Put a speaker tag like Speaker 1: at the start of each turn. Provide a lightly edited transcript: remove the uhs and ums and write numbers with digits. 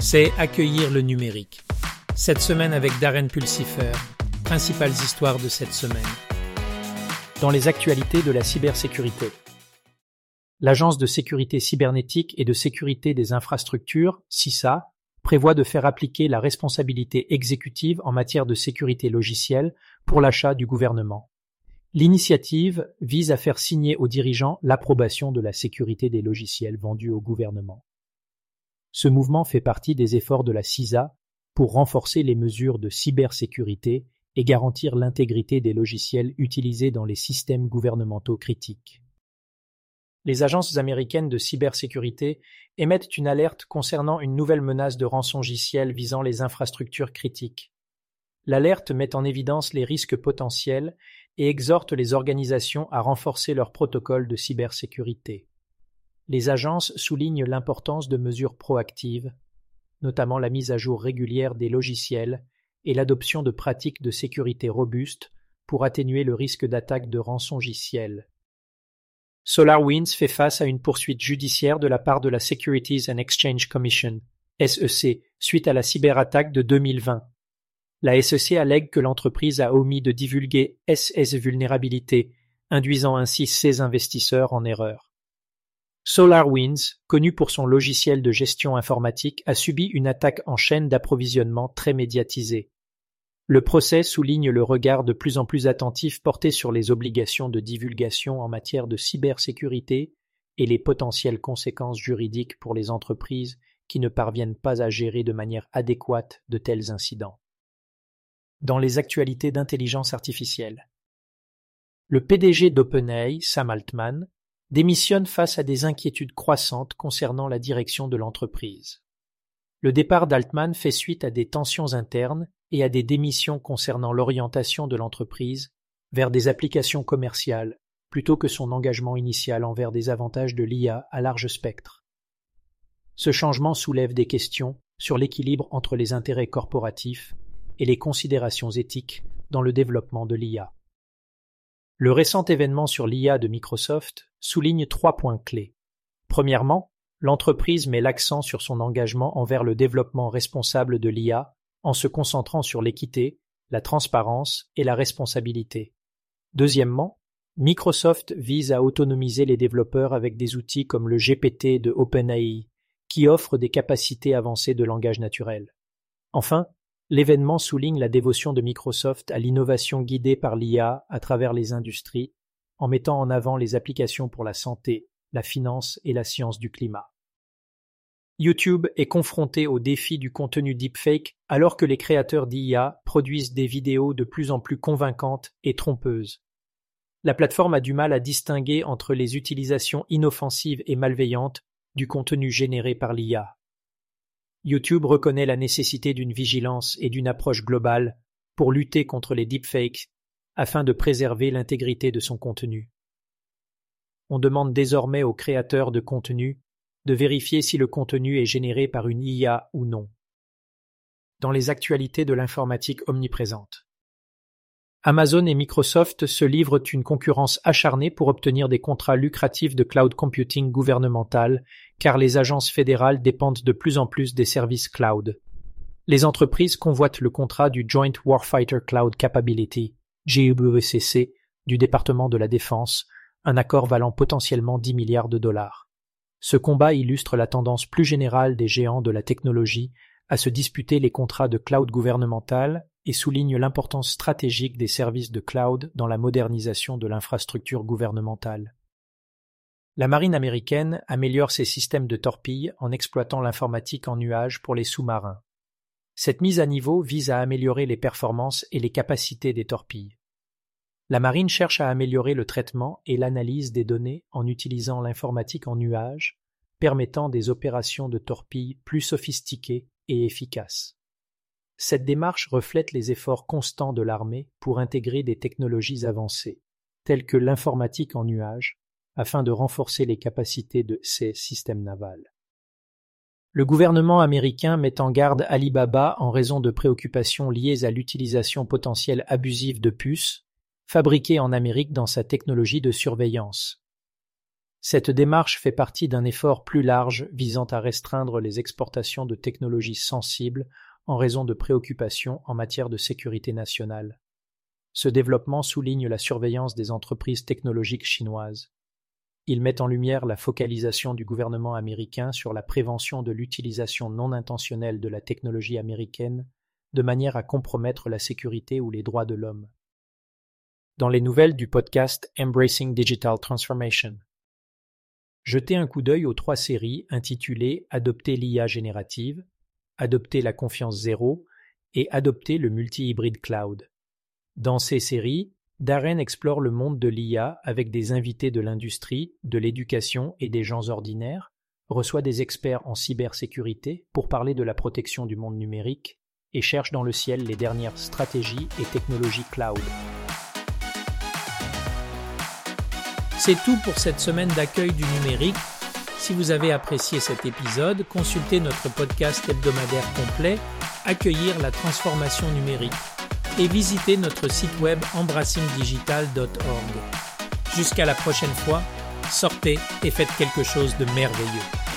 Speaker 1: c'est accueillir le numérique. Cette semaine avec Darren Pulsifer, principales histoires de cette semaine. Dans les actualités de la cybersécurité. L'Agence de sécurité cybernétique et de sécurité des infrastructures, CISA, prévoit de faire appliquer la responsabilité exécutive en matière de sécurité logicielle pour l'achat du gouvernement. L'initiative vise à faire signer aux dirigeants l'approbation de la sécurité des logiciels vendus au gouvernement. Ce mouvement fait partie des efforts de la CISA pour renforcer les mesures de cybersécurité et garantir l'intégrité des logiciels utilisés dans les systèmes gouvernementaux critiques. Les agences américaines de cybersécurité émettent une alerte concernant une nouvelle menace de rançongiciel visant les infrastructures critiques. L'alerte met en évidence les risques potentiels et exhorte les organisations à renforcer leurs protocoles de cybersécurité. Les agences soulignent l'importance de mesures proactives, notamment la mise à jour régulière des logiciels et l'adoption de pratiques de sécurité robustes pour atténuer le risque d'attaque de rançongiciel. SolarWinds fait face à une poursuite judiciaire de la part de la Securities and Exchange Commission, SEC, suite à la cyberattaque de 2020. La SEC allègue que l'entreprise a omis de divulguer SS vulnérabilités, induisant ainsi ses investisseurs en erreur. SolarWinds, connu pour son logiciel de gestion informatique, a subi une attaque en chaîne d'approvisionnement très médiatisée. Le procès souligne le regard de plus en plus attentif porté sur les obligations de divulgation en matière de cybersécurité et les potentielles conséquences juridiques pour les entreprises qui ne parviennent pas à gérer de manière adéquate de tels incidents. Dans les actualités d'intelligence artificielle. Le PDG d'OpenAI, Sam Altman, démissionne face à des inquiétudes croissantes concernant la direction de l'entreprise. Le départ d'Altman fait suite à des tensions internes et à des démissions concernant l'orientation de l'entreprise vers des applications commerciales plutôt que son engagement initial envers des avantages de l'IA à large spectre. Ce changement soulève des questions sur l'équilibre entre les intérêts corporatifs et les considérations éthiques dans le développement de l'IA. Le récent événement sur l'IA de Microsoft souligne 3 points clés. Premièrement, l'entreprise met l'accent sur son engagement envers le développement responsable de l'IA en se concentrant sur l'équité, la transparence et la responsabilité. Deuxièmement, Microsoft vise à autonomiser les développeurs avec des outils comme le GPT de OpenAI, qui offre des capacités avancées de langage naturel. Enfin, l'événement souligne la dévotion de Microsoft à l'innovation guidée par l'IA à travers les industries, en mettant en avant les applications pour la santé, la finance et la science du climat. YouTube est confronté au défi du contenu deepfake alors que les créateurs d'IA produisent des vidéos de plus en plus convaincantes et trompeuses. La plateforme a du mal à distinguer entre les utilisations inoffensives et malveillantes du contenu généré par l'IA. YouTube reconnaît la nécessité d'une vigilance et d'une approche globale pour lutter contre les deepfakes afin de préserver l'intégrité de son contenu. On demande désormais aux créateurs de contenu de vérifier si le contenu est généré par une IA ou non. Dans les actualités de l'informatique omniprésente. Amazon et Microsoft se livrent une concurrence acharnée pour obtenir des contrats lucratifs de cloud computing gouvernemental, car les agences fédérales dépendent de plus en plus des services cloud. Les entreprises convoitent le contrat du Joint Warfighter Cloud Capability, JWCC, du département de la Défense, un accord valant potentiellement 10 milliards de dollars. Ce combat illustre la tendance plus générale des géants de la technologie à se disputer les contrats de cloud gouvernemental et souligne l'importance stratégique des services de cloud dans la modernisation de l'infrastructure gouvernementale. La marine américaine améliore ses systèmes de torpilles en exploitant l'informatique en nuage pour les sous-marins. Cette mise à niveau vise à améliorer les performances et les capacités des torpilles. La marine cherche à améliorer le traitement et l'analyse des données en utilisant l'informatique en nuage, permettant des opérations de torpilles plus sophistiquées et efficaces. Cette démarche reflète les efforts constants de l'armée pour intégrer des technologies avancées, telles que l'informatique en nuage, afin de renforcer les capacités de ses systèmes navals. Le gouvernement américain met en garde Alibaba en raison de préoccupations liées à l'utilisation potentielle abusive de puces, fabriquées en Amérique dans sa technologie de surveillance. Cette démarche fait partie d'un effort plus large visant à restreindre les exportations de technologies sensibles en raison de préoccupations en matière de sécurité nationale. Ce développement souligne la surveillance des entreprises technologiques chinoises. Il met en lumière la focalisation du gouvernement américain sur la prévention de l'utilisation non intentionnelle de la technologie américaine de manière à compromettre la sécurité ou les droits de l'homme. Dans les nouvelles du podcast Embracing Digital Transformation, jetez un coup d'œil aux 3 séries intitulées Adopter l'IA générative, Adopter la confiance zéro et Adopter le multi-hybride cloud. Dans ces séries, Darren explore le monde de l'IA avec des invités de l'industrie, de l'éducation et des gens ordinaires, reçoit des experts en cybersécurité pour parler de la protection du monde numérique et cherche dans le ciel les dernières stratégies et technologies cloud. C'est tout pour cette semaine d'accueil du numérique. Si vous avez apprécié cet épisode, consultez notre podcast hebdomadaire complet « Accueillir la transformation numérique » et visitez notre site web embracingdigital.org. Jusqu'à la prochaine fois, sortez et faites quelque chose de merveilleux.